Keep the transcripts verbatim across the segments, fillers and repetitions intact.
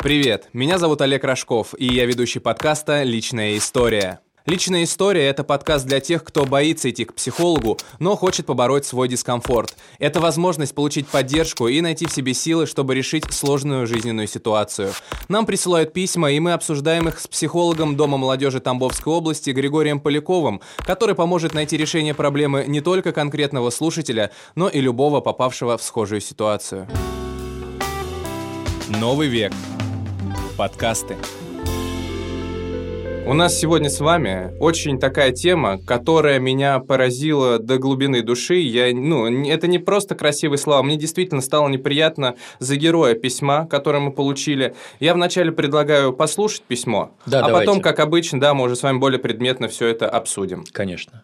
Привет, меня зовут Олег Рожков, и я ведущий подкаста «Личная история». «Личная история» — это подкаст для тех, кто боится идти к психологу, но хочет побороть свой дискомфорт. Это возможность получить поддержку и найти в себе силы, чтобы решить сложную жизненную ситуацию. Нам присылают письма, и мы обсуждаем их с психологом Дома молодежи Тамбовской области Григорием Поляковым, который поможет найти решение проблемы не только конкретного слушателя, но и любого попавшего в схожую ситуацию. Новый век. Подкасты. У нас сегодня с вами очень такая тема, которая меня поразила до глубины души. Я, ну, это не просто красивые слова, мне действительно стало неприятно за героя письма, которое мы получили. Я вначале предлагаю послушать письмо, да, а давайте. Потом, как обычно, да, мы уже с вами более предметно все это обсудим. Конечно.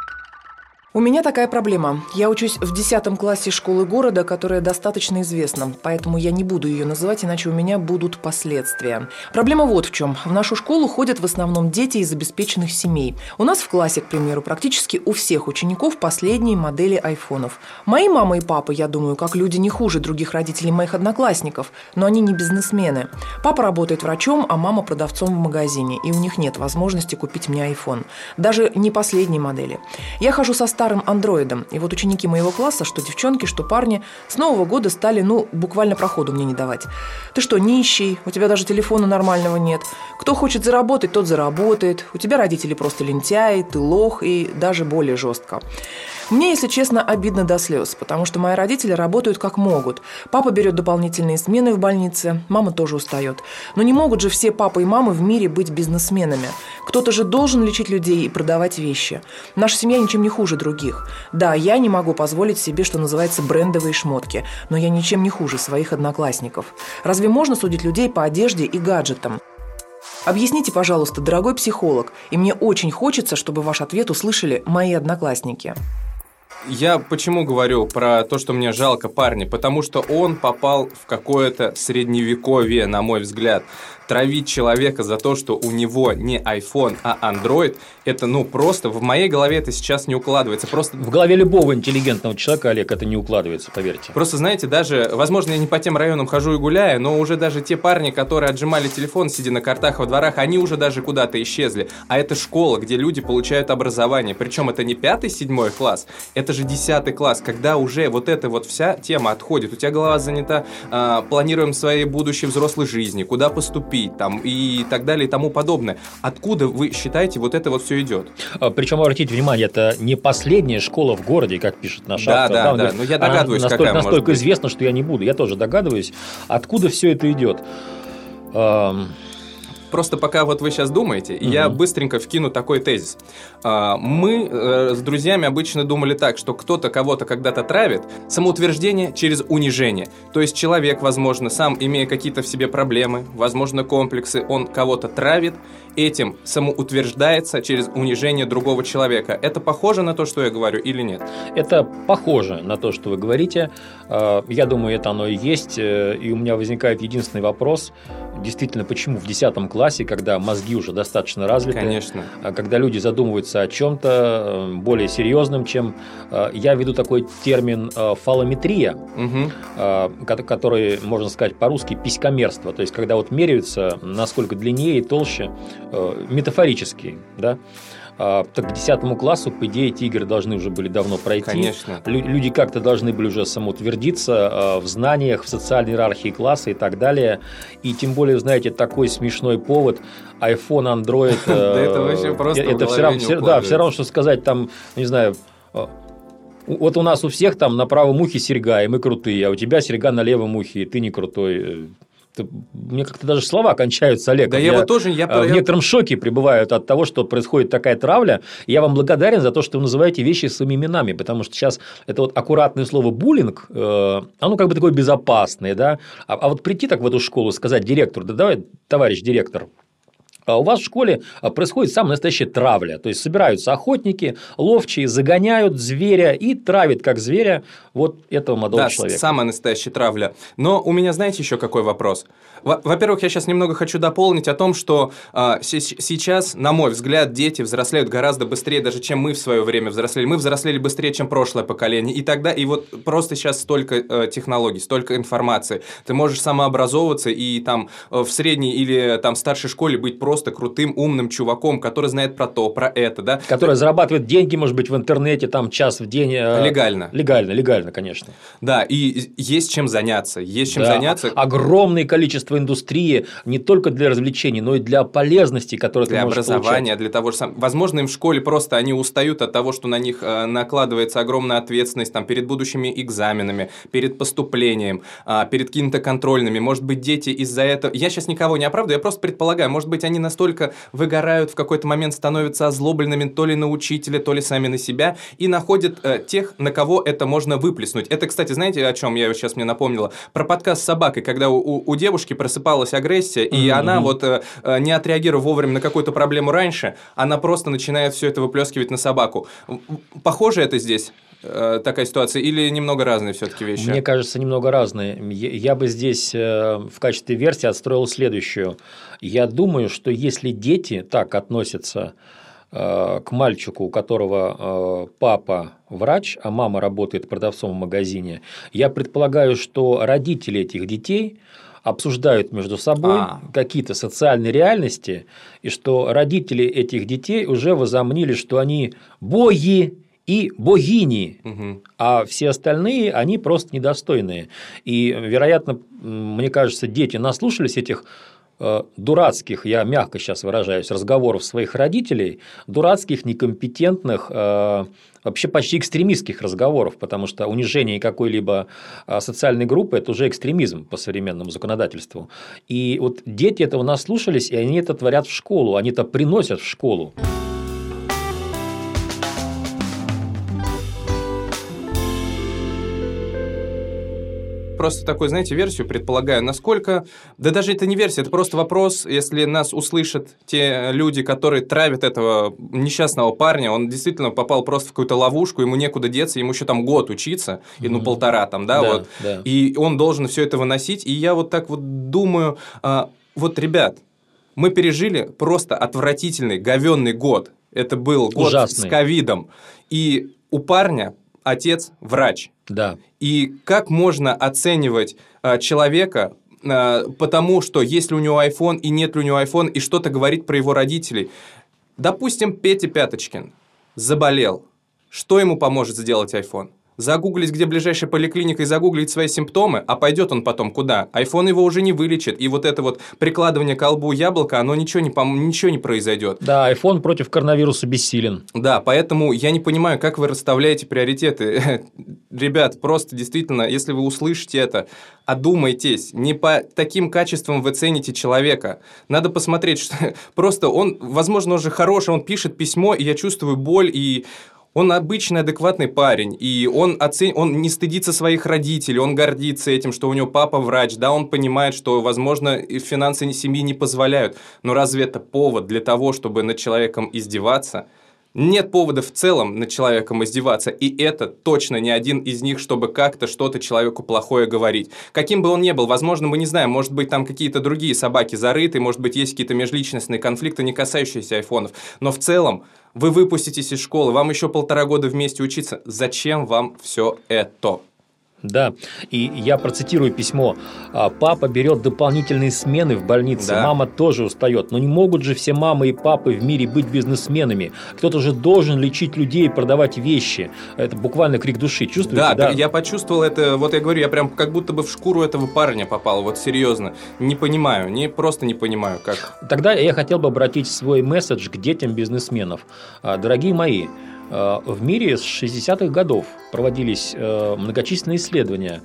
У меня такая проблема. Я учусь в десятом классе школы города, которая достаточно известна, поэтому я не буду ее называть, иначе у меня будут последствия. Проблема вот в чем. В нашу школу ходят в основном дети из обеспеченных семей. У нас в классе, к примеру, практически у всех учеников последние модели айфонов. Мои мама и папа, я думаю, как люди не хуже других родителей моих одноклассников, но они не бизнесмены. Папа работает врачом, а мама продавцом в магазине, и у них нет возможности купить мне айфон. Даже не последней модели. Я хожу со старым андроидом. И вот ученики моего класса, что девчонки, что парни, с Нового года стали, ну, буквально проходу мне не давать. Ты что, нищий? У тебя даже телефона нормального нет. Кто хочет заработать, тот заработает. У тебя родители просто лентяи, ты лох и даже более жестко. Мне, если честно, обидно до слез, потому что мои родители работают как могут. Папа берет дополнительные смены в больнице, мама тоже устает. Но не могут же все папы и мамы в мире быть бизнесменами. Кто-то же должен лечить людей и продавать вещи. Наша семья ничем не хуже других. Да, я не могу позволить себе, что называется, брендовые шмотки, но я ничем не хуже своих одноклассников. Разве можно судить людей по одежде и гаджетам? Объясните, пожалуйста, дорогой психолог, и мне очень хочется, чтобы ваш ответ услышали мои одноклассники. Я почему говорю про то, что мне жалко парня? Потому что он попал в какое-то средневековье, на мой взгляд. Травить человека за то, что у него не iPhone, а Android, это, ну, просто в моей голове это сейчас не укладывается. Просто... В голове любого интеллигентного человека, Олег, это не укладывается, поверьте. Просто, знаете, даже, возможно, я не по тем районам хожу и гуляю, но уже даже те парни, которые отжимали телефон, сидя на картах во дворах, они уже даже куда-то исчезли. А это школа, где люди получают образование. Причем это не пятый, седьмой класс, это же десятый класс, когда уже вот эта вот вся тема отходит. У тебя голова занята э, планируем своей будущей взрослой жизни, куда поступить, там, и так далее, и тому подобное. Откуда вы считаете, вот это вот все идет? Причем, обратите внимание, это не последняя школа в городе, как пишет наш да, автор. Да, да, да, но я догадываюсь, настолько, какая настолько может быть. Известно, что я не буду. Я тоже догадываюсь, откуда все это идет. Просто пока вот вы сейчас думаете, угу. я быстренько вкину такой тезис. Мы с друзьями обычно думали так, что кто-то кого-то когда-то травит, самоутверждение через унижение. То есть человек, возможно, сам имея какие-то в себе проблемы, возможно, комплексы, он кого-то травит, этим самоутверждается через унижение другого человека. Это похоже на то, что я говорю, или нет? Это похоже на то, что вы говорите. Я думаю, это оно и есть. И у меня возникает единственный вопрос. Действительно, почему в десятом классе, когда мозги уже достаточно развиты, конечно, когда люди задумываются о чем-то более серьезном, чем я веду такой термин фалометрия, угу. который, можно сказать по-русски, писькомерство. То есть, когда вот меряются, насколько длиннее и толще, метафорически, да. Так к десятому классу, по идее, эти игры должны уже были давно пройти. Конечно. Лю- люди как-то должны были уже самоутвердиться в знаниях, в социальной иерархии класса и так далее. И тем более, знаете, такой смешной повод iPhone, Android. Да это вообще просто в голове не укладывается. Да, все равно, что сказать там, не знаю... Вот у нас у всех там на правом ухе серьга, и мы крутые, а у тебя серьга на левом ухе, и ты не крутой. Мне как-то даже слова кончаются, Олег. Да я, я вот тоже... Я... В некотором шоке пребываю от того, что происходит такая травля. И я вам благодарен за то, что вы называете вещи своими именами, потому что сейчас это вот аккуратное слово «буллинг», э, оно как бы такое безопасное, да. А, а вот прийти так в эту школу, сказать директору: да давай, товарищ директор, А у вас в школе происходит самая настоящая травля. То есть собираются охотники, ловчие, загоняют зверя и травят как зверя вот этого молодого да, человека. Да, самая настоящая травля. Но у меня, знаете, еще какой вопрос? Во-первых, я сейчас немного хочу дополнить о том, что э, сейчас, на мой взгляд, дети взрослеют гораздо быстрее, даже чем мы в свое время взрослели. Мы взрослели быстрее, чем прошлое поколение. И тогда, и вот просто сейчас столько э, технологий, столько информации. Ты можешь самообразовываться и там э, в средней или там старшей школе быть просто крутым, умным чуваком, который знает про то, про это, да? Который зарабатывает деньги, может быть, в интернете, там час в день. Э, легально. Легально, легально, конечно. Да, и есть чем заняться. Есть чем да, заняться. Огромное количество индустрии не только для развлечений, но и для полезностей, которые для ты можешь образования, получать. Для того же самого. Возможно, им в школе просто они устают от того, что на них э, накладывается огромная ответственность там, перед будущими экзаменами, перед поступлением, э, перед какими-то контрольными. Может быть, дети из-за этого... Я сейчас никого не оправдываю, я просто предполагаю, может быть, они настолько выгорают, в какой-то момент становятся озлобленными то ли на учителя, то ли сами на себя, и находят э, тех, на кого это можно выплеснуть. Это, кстати, знаете, о чем я сейчас мне напомнила? Про подкаст с собакой, когда у, у девушки просыпалась агрессия, и mm-hmm. она вот э, не отреагировав вовремя на какую-то проблему раньше, она просто начинает все это выплескивать на собаку. Похоже это здесь? Такая ситуация, или немного разные все-таки вещи? Мне кажется, немного разные. Я бы здесь в качестве версии отстроил следующую. Я думаю, что если дети так относятся к мальчику, у которого папа врач, а мама работает продавцом в магазине, я предполагаю, что родители этих детей обсуждают между собой а. какие-то социальные реальности, и что родители этих детей уже возомнили, что они боги и богини, угу. а все остальные, они просто недостойные. И, вероятно, мне кажется, дети наслушались этих э, дурацких, я мягко сейчас выражаюсь, разговоров своих родителей, дурацких, некомпетентных, э, вообще почти экстремистских разговоров, потому что унижение какой-либо социальной группы – это уже экстремизм по современному законодательству. И вот дети этого наслушались, и они это творят в школу, они это приносят в школу. Просто такую, знаете, версию предполагаю, насколько... Да даже это не версия, это просто вопрос, если нас услышат те люди, которые травят этого несчастного парня, он действительно попал просто в какую-то ловушку, ему некуда деться, ему еще там год учиться, mm-hmm. и, ну, полтора там, да, да вот, да. и он должен все это выносить, и я вот так вот думаю, а, вот, ребят, мы пережили просто отвратительный, говенный год, это был год Ужасный. С ковидом, и у парня отец врач. Да. И как можно оценивать а, человека, а, потому что есть ли у него iPhone и нет ли у него iPhone, и что-то говорить про его родителей. Допустим, Петя Пяточкин заболел. Что ему поможет сделать iPhone? Загуглить, где ближайшая поликлиника, и загуглить свои симптомы, а пойдет он потом куда? iPhone его уже не вылечит, и вот это вот прикладывание к колбу яблока, оно ничего не, пом- ничего не произойдет. Да, iPhone против коронавируса бессилен. Да, поэтому я не понимаю, как вы расставляете приоритеты. Ребят, просто действительно, если вы услышите это, одумайтесь, не по таким качествам вы цените человека. Надо посмотреть, что просто он, возможно, уже хороший, он пишет письмо, и я чувствую боль, и... Он обычный, адекватный парень, и он, оцен... он не стыдится своих родителей, он гордится этим, что у него папа врач, да, он понимает, что, возможно, финансы семьи не позволяют, но разве это повод для того, чтобы над человеком издеваться? Нет повода в целом над человеком издеваться, и это точно не один из них, чтобы как-то что-то человеку плохое говорить. Каким бы он ни был, возможно, мы не знаем, может быть, там какие-то другие собаки зарыты, может быть, есть какие-то межличностные конфликты, не касающиеся айфонов, но в целом вы выпуститесь из школы, вам еще полтора года вместе учиться, зачем вам все это? Да, и я процитирую письмо. Папа берет дополнительные смены в больнице, да. Мама тоже устает. Но не могут же все мамы и папы в мире быть бизнесменами. Кто-то же должен лечить людей и продавать вещи. Это буквально крик души. Чувствуете? Да, да, я почувствовал это. Вот я говорю, я прям как будто бы в шкуру этого парня попал. Вот серьезно. Не понимаю, не, просто не понимаю, как. Тогда я хотел бы обратить свой месседж к детям бизнесменов. Дорогие мои, в мире с шестидесятых годов проводились многочисленные исследования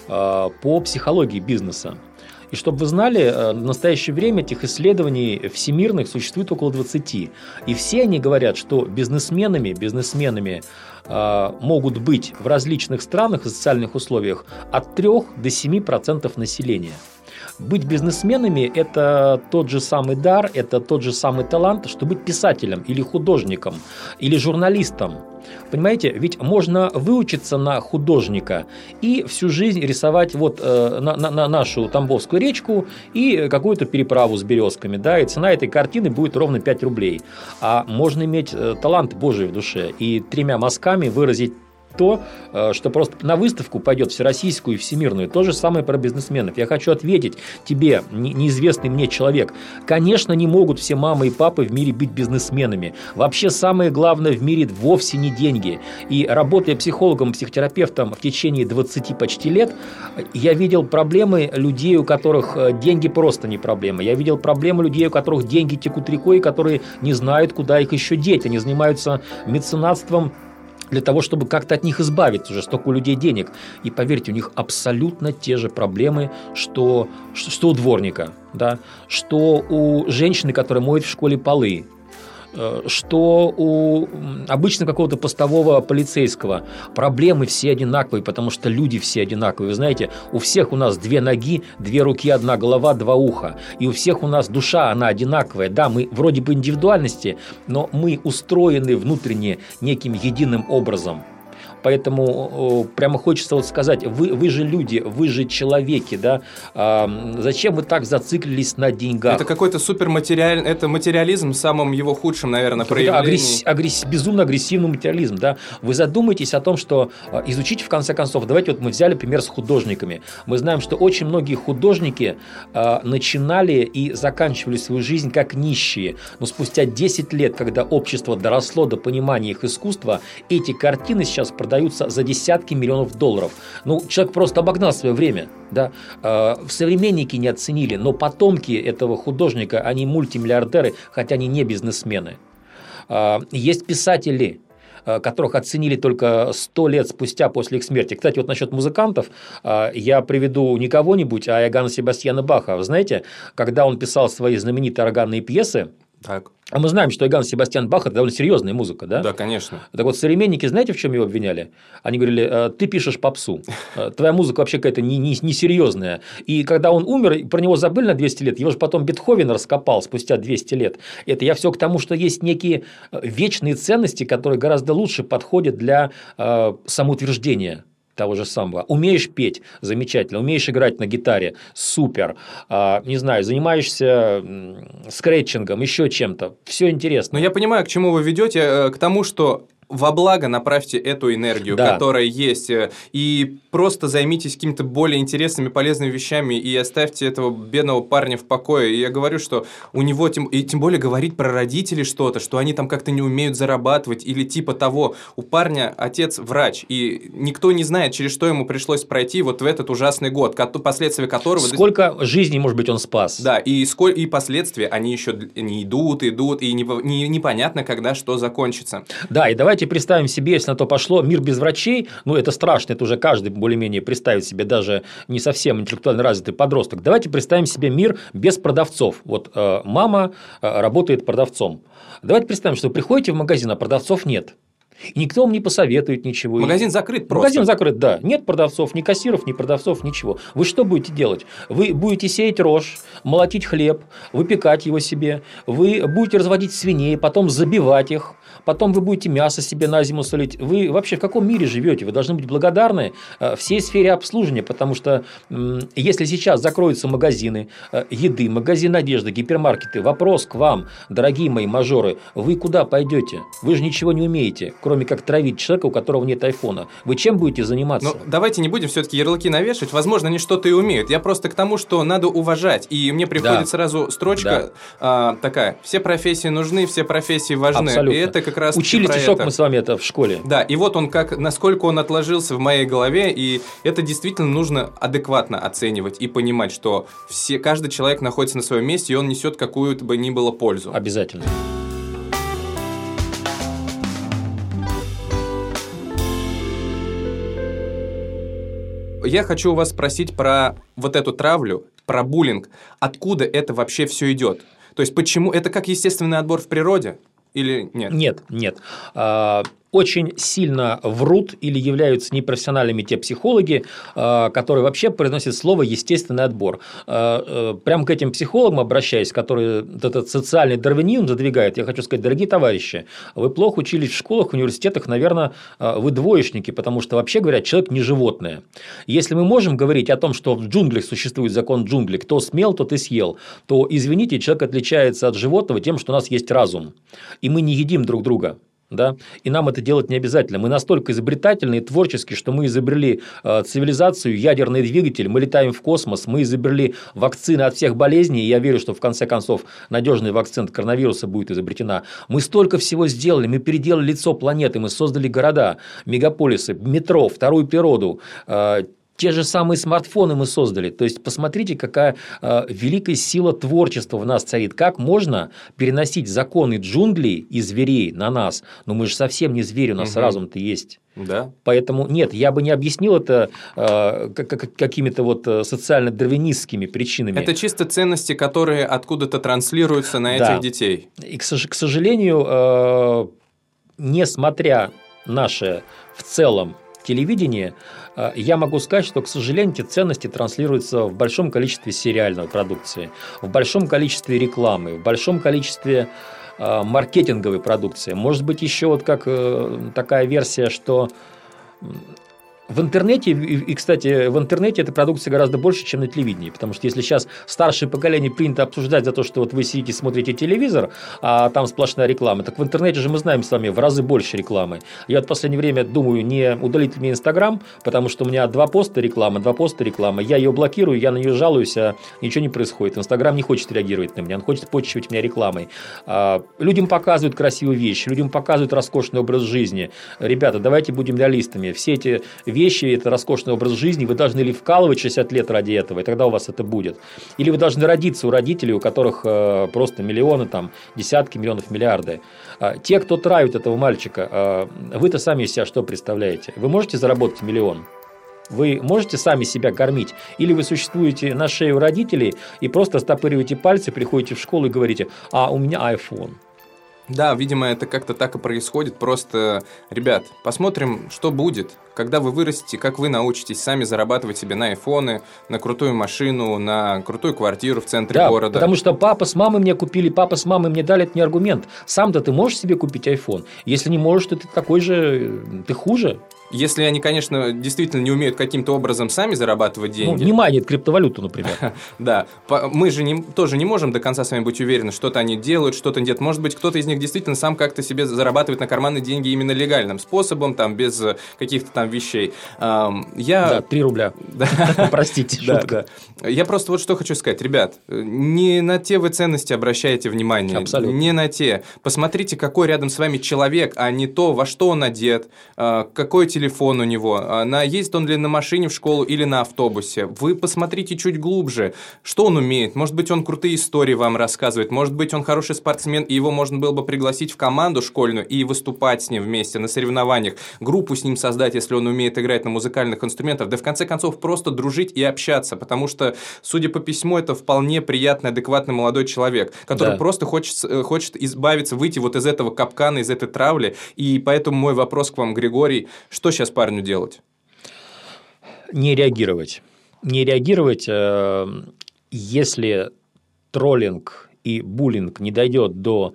по психологии бизнеса. И чтобы вы знали, в настоящее время этих исследований всемирных существует около двадцати. И все они говорят, что бизнесменами, бизнесменами могут быть в различных странах и социальных условиях от трёх до семи процентов населения. быть бизнесменами – это тот же самый дар, это тот же самый талант, что быть писателем или художником, или журналистом. Понимаете, ведь можно выучиться на художника и всю жизнь рисовать вот э, на, на, на нашу Тамбовскую речку и какую-то переправу с березками, да, и цена этой картины будет ровно пять рублей. А можно иметь э, талант Божий в душе и тремя мазками выразить то, что просто на выставку пойдет всероссийскую и всемирную. То же самое про бизнесменов. Я хочу ответить тебе, неизвестный мне человек. Конечно, не могут все мамы и папы в мире быть бизнесменами. Вообще самое главное в мире вовсе не деньги. И работая психологом, психотерапевтом в течение двадцати почти лет, я видел проблемы людей, у которых деньги просто не проблемы. Я видел проблемы людей, у которых деньги текут рекой, которые не знают, куда их еще деть. Они занимаются меценатством для того, чтобы как-то от них избавиться, уже столько у людей денег. И поверьте, у них абсолютно те же проблемы, что, что у дворника, да? Что у женщины, которая моет в школе полы, что у обычно какого-то постового полицейского. Проблемы все одинаковые, потому что люди все одинаковые. Вы знаете, у всех у нас две ноги, две руки, одна голова, два уха. И у всех у нас душа, она одинаковая. Да, мы вроде бы индивидуальности, но мы устроены внутренне неким единым образом. Поэтому прямо хочется вот сказать, вы, вы же люди, вы же человеки, да? А, зачем вы так зациклились на деньгах? Это какой-то суперматериаль... это материализм в самом его худшем, наверное, проявлении. Агресс... Агресс... Безумно агрессивный материализм, да? Вы задумайтесь о том, что изучите в конце концов. Давайте вот мы взяли пример с художниками. Мы знаем, что очень многие художники а, начинали и заканчивали свою жизнь как нищие. Но спустя десять лет, когда общество доросло до понимания их искусства, эти картины сейчас продаются продаются за десятки миллионов долларов. Ну, человек просто обогнал свое время. Да? Современники не оценили, но потомки этого художника, они мультимиллиардеры, хотя они не бизнесмены. Есть писатели, которых оценили только сто лет спустя после их смерти. Кстати, вот насчет музыкантов я приведу не кого-нибудь, а Иоганна Себастьяна Баха. Вы знаете, когда он писал свои знаменитые органные пьесы, так. А мы знаем, что Иоганн Себастьян Бах – это довольно серьезная музыка, да? Да, конечно. Так вот, современники, знаете, в чем его обвиняли? Они говорили, ты пишешь попсу, твоя музыка вообще какая-то несерьезная. И когда он умер, про него забыли на двести лет, его же потом Бетховен раскопал спустя двести лет. Это я все к тому, что есть некие вечные ценности, которые гораздо лучше подходят для э, самоутверждения того же самого. Умеешь петь – замечательно. Умеешь играть на гитаре – супер. А, не знаю, занимаешься скретчингом, еще чем-то. Все интересно. Но я понимаю, к чему вы ведете. К тому, что во благо направьте эту энергию, да, которая есть, и просто займитесь какими-то более интересными, полезными вещами, и оставьте этого бедного парня в покое. И я говорю, что у него, тем, и тем более говорить про родителей что-то, что они там как-то не умеют зарабатывать, или типа того. У парня отец врач, и никто не знает, через что ему пришлось пройти вот в этот ужасный год, последствия которого... Сколько жизней, может быть, он спас. Да, и, сколь... и последствия, они еще не идут, идут, и не... Не... непонятно, когда что закончится. Да, и давайте представим себе, если на то пошло, мир без врачей, ну, это страшно, это уже каждый более-менее представит себе, даже не совсем интеллектуально развитый подросток. Давайте представим себе мир без продавцов. Вот э, мама э, работает продавцом. Давайте представим, что вы приходите в магазин, а продавцов нет. И никто вам не посоветует ничего. Магазин закрыт просто. Магазин закрыт, да. Нет продавцов, ни кассиров, ни продавцов, ничего. Вы что будете делать? Вы будете сеять рожь, молотить хлеб, выпекать его себе. Вы будете разводить свиней, потом забивать их. Потом вы будете мясо себе на зиму солить. Вы вообще в каком мире живете? Вы должны быть благодарны всей сфере обслуживания, потому что если сейчас закроются магазины еды, магазины одежды, гипермаркеты, вопрос к вам, дорогие мои мажоры, вы куда пойдете? Вы же ничего не умеете, кроме как травить человека, у которого нет айфона. Вы чем будете заниматься? Ну, давайте не будем все-таки ярлыки навешивать. Возможно, они что-то и умеют. Я просто к тому, что надо уважать. И мне приходит да. сразу строчка да. а, такая: все профессии нужны, все профессии важны. Абсолютно. И это как раз учили стишок это. Мы с вами это в школе. Да, и вот он как, насколько он отложился в моей голове, и это действительно нужно адекватно оценивать и понимать, что все, каждый человек находится на своем месте, и он несет какую-то бы ни было пользу. Обязательно. Я хочу у вас спросить про вот эту травлю, про буллинг. Откуда это вообще все идет? То есть, почему это как естественный отбор в природе? Или нет? Нет, нет. А, очень сильно врут или являются непрофессиональными те психологи, которые вообще произносят слово «естественный отбор». Прямо к этим психологам обращаясь, которые этот социальный дарвинизм задвигают, я хочу сказать, дорогие товарищи, вы плохо учились в школах, в университетах, наверное, вы двоечники, потому что, вообще говоря, человек не животное. Если мы можем говорить о том, что в джунглях существует закон джунглей, кто смел, тот и съел, то, извините, человек отличается от животного тем, что у нас есть разум, и мы не едим друг друга. Да? И нам это делать не обязательно. Мы настолько изобретательны и творческие, что мы изобрели э, цивилизацию, ядерный двигатель, мы летаем в космос, мы изобрели вакцины от всех болезней, и я верю, что в конце концов надежная вакцина от коронавируса будет изобретена. Мы столько всего сделали, мы переделали лицо планеты, мы создали города, мегаполисы, метро, вторую природу, э, те же самые смартфоны мы создали. То есть, посмотрите, какая э, великая сила творчества в нас царит. Как можно переносить законы джунглей и зверей на нас? Но мы же совсем не звери, у нас угу. разум-то есть. Да. Поэтому нет, я бы не объянил это э, какими-то вот социально-дарвинистскими причинами. Это чисто ценности, которые откуда-то транслируются на этих да. детей. И, к, к сожалению, э, несмотря наше в целом телевидение, я могу сказать, что, к сожалению, эти ценности транслируются в большом количестве сериальной продукции, в большом количестве рекламы, в большом количестве э, маркетинговой продукции. Может быть, еще вот как э, такая версия, что в интернете, и, кстати, в интернете эта продукция гораздо больше, чем на телевидении, потому что если сейчас старшее поколение принято обсуждать за то, что вот вы сидите, смотрите телевизор, а там сплошная реклама, так в интернете же мы знаем с вами в разы больше рекламы. Я вот в последнее время думаю, не удалить мне Инстаграм, потому что у меня два поста реклама, два поста реклама, я ее блокирую, я на нее жалуюсь, а ничего не происходит. Инстаграм не хочет реагировать на меня, он хочет почивать меня рекламой. Людям показывают красивые вещи, людям показывают роскошный образ жизни. Ребята, давайте будем реалистами. Все эти вещи, это роскошный образ жизни, вы должны ли вкалывать шестьдесят лет ради этого, и тогда у вас это будет. Или вы должны родиться у родителей, у которых э, просто миллионы, там, десятки миллионов, миллиарды. А, те, кто травит этого мальчика, э, вы-то сами из себя что представляете? Вы можете заработать миллион? Вы можете сами себя кормить? Или вы существуете на шее у родителей и просто стопыриваете пальцы, приходите в школу и говорите: а у меня айфон. Да, видимо, это как-то так и происходит. Просто, ребят, посмотрим, что будет, когда вы вырастете, как вы научитесь сами зарабатывать себе на айфоны, на крутую машину, на крутую квартиру в центре да, города. Потому что папа с мамой мне купили, папа с мамой мне дали, это не аргумент. Сам-то ты можешь себе купить айфон? Если не можешь, то ты такой же, ты хуже. Если они, конечно, действительно не умеют каким-то образом сами зарабатывать деньги. Ну, не майнят криптовалюту, например. Да, мы же не, тоже не можем до конца с вами быть уверены, что-то они делают, что-то нет. Может быть, кто-то из них действительно сам как-то себе зарабатывает на карманные деньги именно легальным способом, там, без каких-то там вещей. Я... Да, три рубля. Простите, шутка. Я просто вот что хочу сказать. Ребят, не на те вы ценности обращаете внимание. Абсолютно. Не на те. Посмотрите, какой рядом с вами человек, а не то, во что он одет, какой телефон телефон у него, на, ездит он ли на машине в школу или на автобусе. Вы посмотрите чуть глубже, что он умеет. Может быть, он крутые истории вам рассказывает, может быть, он хороший спортсмен, и его можно было бы пригласить в команду школьную и выступать с ним вместе на соревнованиях, группу с ним создать, если он умеет играть на музыкальных инструментах, да в конце концов просто дружить и общаться, потому что, судя по письму, это вполне приятный, адекватный молодой человек, который да. просто хочет, хочет избавиться, выйти вот из этого капкана, из этой травли, и поэтому мой вопрос к вам, Григорий, что сейчас парню делать? Не реагировать. Не реагировать, если троллинг и буллинг не дойдет до,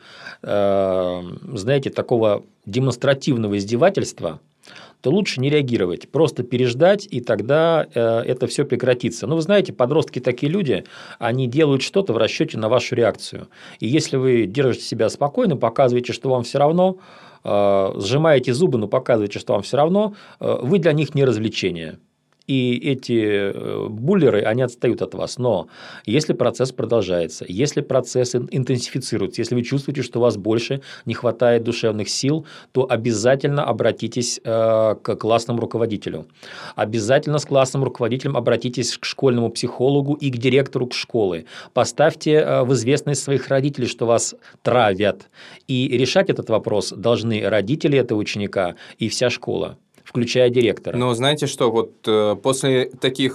знаете, такого демонстративного издевательства, то лучше не реагировать, просто переждать, и тогда это все прекратится. Но вы знаете, подростки такие люди, они делают что-то в расчете на вашу реакцию. И если вы держите себя спокойно, показываете, что вам все равно, сжимаете зубы, но показываете, что вам все равно, вы для них не развлечение. И эти буллеры, они отстают от вас. Но если процесс продолжается, если процесс интенсифицируется, если вы чувствуете, что у вас больше не хватает душевных сил, то обязательно обратитесь к классному руководителю. Обязательно с классным руководителем обратитесь к школьному психологу и к директору школы. Поставьте в известность своих родителей, что вас травят. И решать этот вопрос должны родители этого ученика и вся школа, включая директора. Но знаете что, вот э, после таких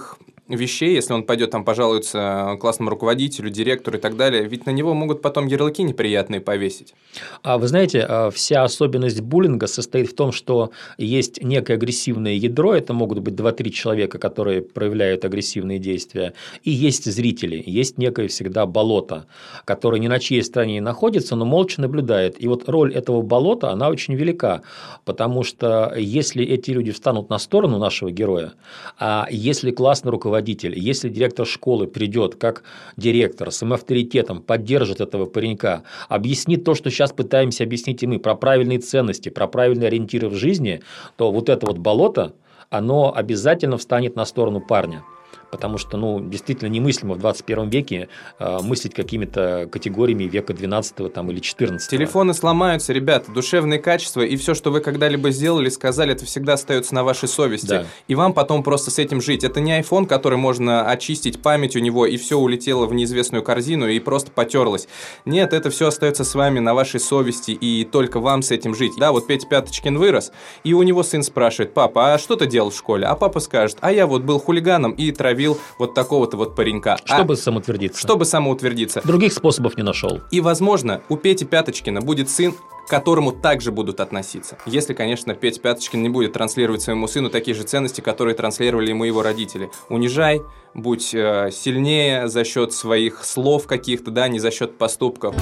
вещей, если он пойдет там пожалуется классному руководителю, директору и так далее, ведь на него могут потом ярлыки неприятные повесить. А вы знаете, вся особенность буллинга состоит в том, что есть некое агрессивное ядро, это могут быть два-три человека, которые проявляют агрессивные действия, и есть зрители, есть некое всегда болото, которое ни на чьей стороне не находится, но молча наблюдает. И вот роль этого болота, она очень велика, потому что если эти люди встанут на сторону нашего героя, а если классный руководитель, если директор школы придет как директор с авторитетом, поддержит этого паренька, объяснит то, что сейчас пытаемся объяснить и мы, про правильные ценности, про правильные ориентиры в жизни, то вот это вот болото, оно обязательно встанет на сторону парня. Потому что, ну, действительно немыслимо в двадцать первом веке э, мыслить какими-то категориями века двенадцатого там, или четырнадцатого. Телефоны сломаются, ребята, душевные качества и все, что вы когда-либо сделали, сказали, это всегда остается на вашей совести. Да. И вам потом просто с этим жить. Это не iPhone, который можно очистить память у него, и все улетело в неизвестную корзину и просто потерлось. Нет, это все остается с вами на вашей совести, и только вам с этим жить. Да, вот Петя Пяточкин вырос, и у него сын спрашивает: папа, а что ты делал в школе? А папа скажет: а я вот был хулиганом и травил вот такого-то вот паренька. Чтобы а, самоутвердиться. Чтобы самоутвердиться. Других способов не нашел. И, возможно, у Пети Пяточкина будет сын, к которому также будут относиться. Если, конечно, Петя Пяточкин не будет транслировать своему сыну такие же ценности, которые транслировали ему его родители. Унижай, будь э, сильнее за счет своих слов каких-то, да, не за счет поступков.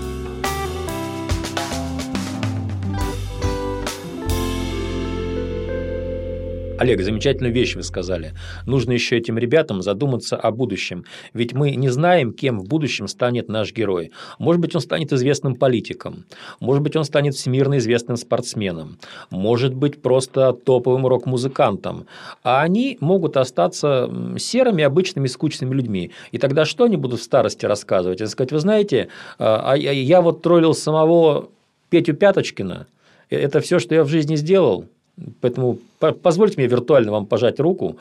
Олег, замечательную вещь вы сказали. Нужно еще этим ребятам задуматься о будущем. Ведь мы не знаем, кем в будущем станет наш герой. Может быть, он станет известным политиком. Может быть, он станет всемирно известным спортсменом. Может быть, просто топовым рок-музыкантом. А они могут остаться серыми, обычными, скучными людьми. И тогда что они будут в старости рассказывать? И сказать: вы знаете, а я вот троллил самого Петю Пяточкина. Это все, что я в жизни сделал. Поэтому позвольте мне виртуально вам пожать руку.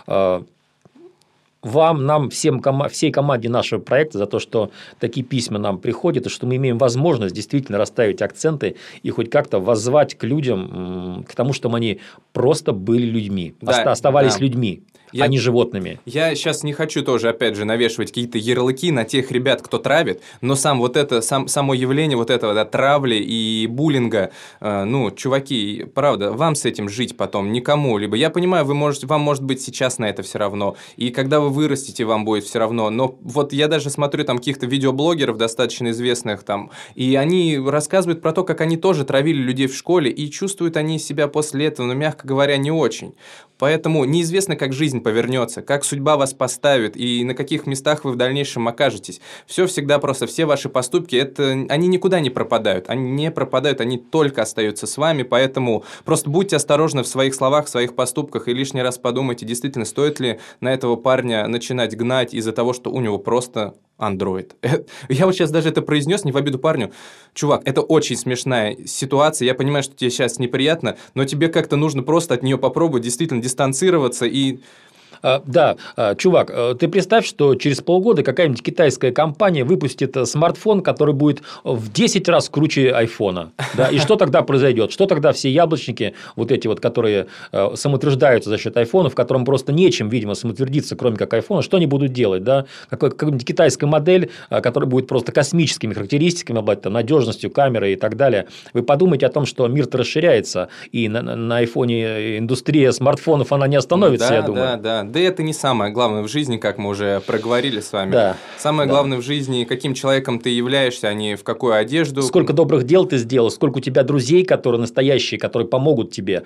Вам, нам, всем, всей команде нашего проекта за то, что такие письма нам приходят, и что мы имеем возможность действительно расставить акценты и хоть как-то воззвать к людям, к тому, чтобы они просто были людьми, да, оставались да. людьми. Я, а не животными. Я сейчас не хочу тоже, опять же, навешивать какие-то ярлыки на тех ребят, кто травит, но сам вот это, сам, само явление вот этого, да, травли и буллинга, э, ну, чуваки, правда, вам с этим жить потом никому, либо я понимаю, вы можете, вам может быть сейчас на это все равно, и когда вы вырастете, вам будет все равно, но вот я даже смотрю там каких-то видеоблогеров достаточно известных там, и они рассказывают про то, как они тоже травили людей в школе, и чувствуют они себя после этого, ну, мягко говоря, не очень. Поэтому неизвестно, как жизнь повернется, как судьба вас поставит и на каких местах вы в дальнейшем окажетесь. Все всегда просто, все ваши поступки, это, они никуда не пропадают, они не пропадают, они только остаются с вами, поэтому просто будьте осторожны в своих словах, в своих поступках и лишний раз подумайте, действительно, стоит ли на этого парня начинать гнать из-за того, что у него просто андроид. Я вот сейчас даже это произнес, не в обиду парню. Чувак, это очень смешная ситуация, я понимаю, что тебе сейчас неприятно, но тебе как-то нужно просто от нее попробовать действительно дистанцироваться и... Да, чувак, ты представь, что через полгода какая-нибудь китайская компания выпустит смартфон, который будет в десять раз круче айфона. Да? И что тогда произойдет? Что тогда все яблочники, вот эти вот, которые самоутверждаются за счет айфонов, которым просто нечем, видимо, самоутвердиться, кроме как айфона, что они будут делать? Да? Какая-нибудь китайская модель, которая будет просто космическими характеристиками, обладать надежностью камеры и так далее. Вы подумайте о том, что мир-то расширяется, и на, на айфоне индустрия смартфонов, она не остановится, да, я думаю. Да, да. Да это не самое главное в жизни, как мы уже проговорили с вами. Да, самое да. главное в жизни, каким человеком ты являешься, а не в какую одежду. Сколько добрых дел ты сделал, сколько у тебя друзей, которые настоящие, которые помогут тебе,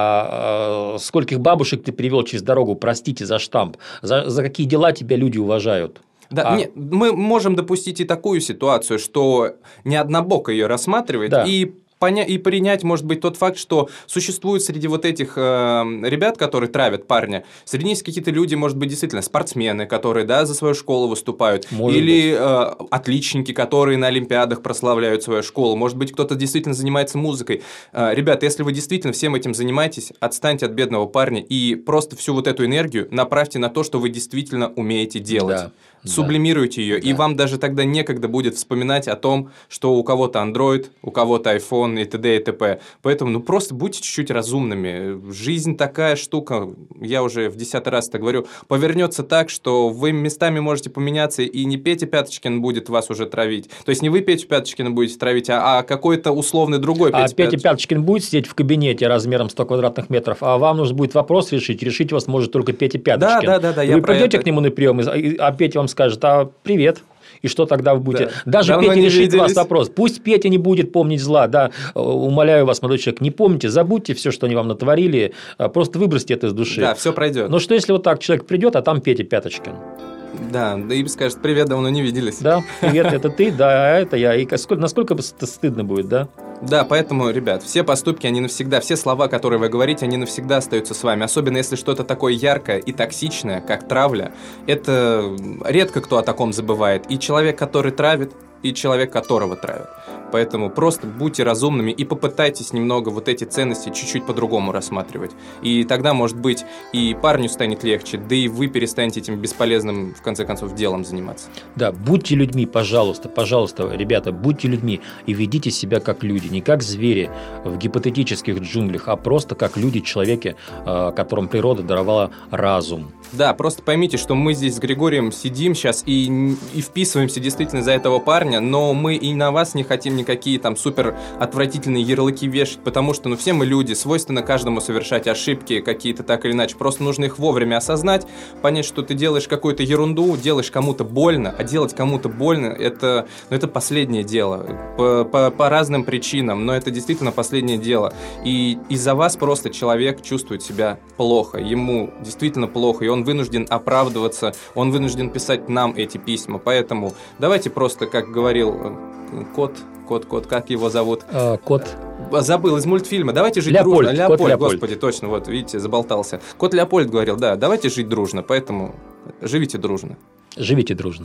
а, а, скольких бабушек ты привел через дорогу, простите за штамп, за, за какие дела тебя люди уважают. Да, а... не, мы можем допустить и такую ситуацию, что не однобоко ее рассматривать, да. и Поня- и принять, может быть, тот факт, что существует среди вот этих э, ребят, которые травят парня, среди них какие-то люди, может быть, действительно спортсмены, которые, да, за свою школу выступают, может или э, отличники, которые на олимпиадах прославляют свою школу, может быть, кто-то действительно занимается музыкой. Э, ребята, если вы действительно всем этим занимаетесь, отстаньте от бедного парня и просто всю вот эту энергию направьте на то, что вы действительно умеете делать. Да. сублимируйте ее, да. и вам даже тогда некогда будет вспоминать о том, что у кого-то Android, у кого-то iPhone и т.д. и т.п. Поэтому, ну, просто будьте чуть-чуть разумными. Жизнь такая штука, я уже в десятый раз это говорю, повернется так, что вы местами можете поменяться, и не Петя Пяточкин будет вас уже травить. То есть не вы Петю Пяточкина будете травить, а, а какой-то условный другой Петя А Петя Пяточкин будет сидеть в кабинете размером сто квадратных метров, а вам нужно будет вопрос решить, решить вас может только Петя Пяточкин. Да, да, да, да, вы придете это... к нему на прием, а Петя вам скажет: а привет. И что тогда вы будете? Да. Даже давно Петя решит вас вопрос. Пусть Петя не будет помнить зла. Да, умоляю вас, молодой человек, не помните, забудьте все, что они вам натворили, просто выбросьте это из души. Да, все пройдет. Но что если вот так человек придет, а там Петя Пяточкин? Да, да и скажет: привет, давно не виделись. Да, привет, это ты, да, это я. И насколько стыдно будет, да? Да, поэтому, ребят, все поступки, они навсегда, все слова, которые вы говорите, они навсегда остаются с вами. Особенно если что-то такое яркое и токсичное, как травля. Это редко кто о таком забывает. И человек, который травит, и человек, которого травят. Поэтому просто будьте разумными и попытайтесь немного вот эти ценности чуть-чуть по-другому рассматривать. И тогда, может быть, и парню станет легче, да и вы перестанете этим бесполезным, в конце концов, делом заниматься. Да, будьте людьми, пожалуйста, пожалуйста, ребята, будьте людьми и ведите себя как люди, не как звери в гипотетических джунглях, а просто как люди, человеки, которым природа даровала разум. Да, просто поймите, что мы здесь с Григорием сидим сейчас и, и вписываемся действительно за этого парня, но мы и на вас не хотим никакие там супер отвратительные ярлыки вешать, потому что, ну, все мы люди, свойственно каждому совершать ошибки какие-то так или иначе, просто нужно их вовремя осознать, понять, что ты делаешь какую-то ерунду, делаешь кому-то больно, а делать кому-то больно, это, ну, это последнее дело, по, по, по разным причинам, но это действительно последнее дело, и из-за вас просто человек чувствует себя плохо, ему действительно плохо, и он вынужден оправдываться, он вынужден писать нам эти письма, поэтому давайте просто, как говорил кот, кот, кот, как его зовут? А, кот. Забыл, из мультфильма. Давайте жить Леопольд, дружно. Леопольд, Леопольд, господи, точно, вот, видите, заболтался. Кот Леопольд говорил, да, давайте жить дружно, поэтому живите дружно. Живите дружно.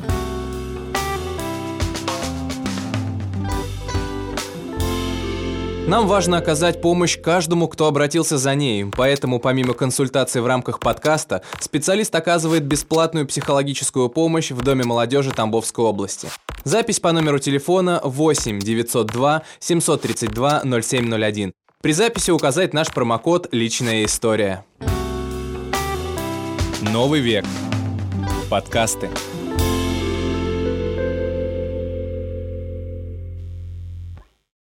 Нам важно оказать помощь каждому, кто обратился за ней, поэтому помимо консультаций в рамках подкаста, специалист оказывает бесплатную психологическую помощь в Доме молодежи Тамбовской области. Запись по номеру телефона восемь девятьсот два семьсот тридцать два ноль семь ноль один. При записи указать наш промокод «Личная история». Новый век. Подкасты.